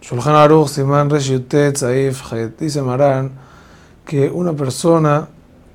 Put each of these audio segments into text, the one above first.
Shulchan Aruch, Siman Resh Yutet, Saif, Het. Dice Marán que una persona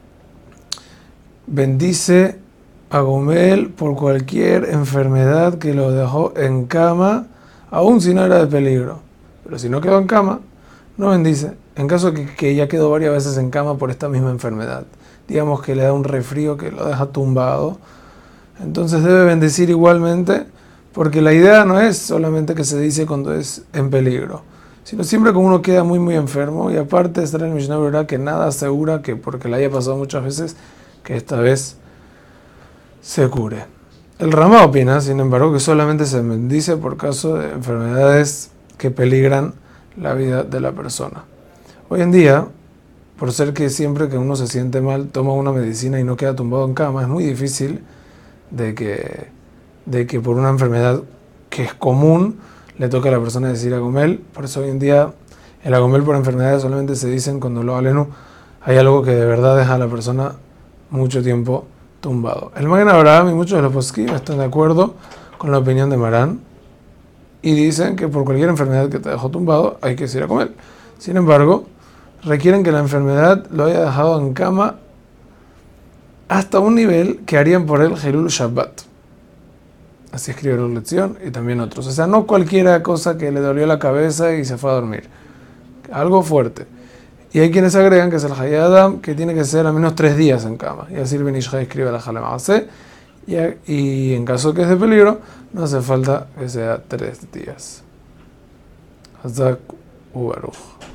bendice a Gomel por cualquier enfermedad que lo dejó en cama, aun si no era de peligro. Pero si no quedó en cama, no bendice. En caso que ya quedó varias veces en cama por esta misma enfermedad. Digamos que le da un resfrío que lo deja tumbado. Entonces debe bendecir igualmente, porque la idea no es solamente que se dice cuando es en peligro, sino siempre como uno queda muy muy enfermo. Y aparte estar en el Mishnah Berurah que nada asegura que porque le haya pasado muchas veces, que esta vez se cure. El Ramá opina, sin embargo, que solamente se bendice por caso de enfermedades que peligran la vida de la persona. Hoy en día, por ser que siempre que uno se siente mal toma una medicina y no queda tumbado en cama, es muy difícil de que por una enfermedad que es común le toque a la persona decir Agomel. Por eso hoy en día el Agomel por enfermedades solamente se dicen cuando lo alenu hay algo que de verdad deja a la persona mucho tiempo tumbado. El Magen Avraham y muchos de los poskim están de acuerdo con la opinión de Marán y dicen que por cualquier enfermedad que te dejó tumbado hay que decir Agomel. Sin embargo, requieren que la enfermedad lo haya dejado en cama hasta un nivel que harían por él Hilul Shabbat. Así escribe la lección y también otros. O sea, no cualquier cosa que le dolió la cabeza y se fue a dormir. Algo fuerte. Y hay quienes agregan que es el Hayy Adam, que tiene que ser al menos 3 días en cama. Y así el Ben Ish Chai escribe la Halem Maaseh. Y en caso que es de peligro, no hace falta que sea 3 días. Hazak u Baruch.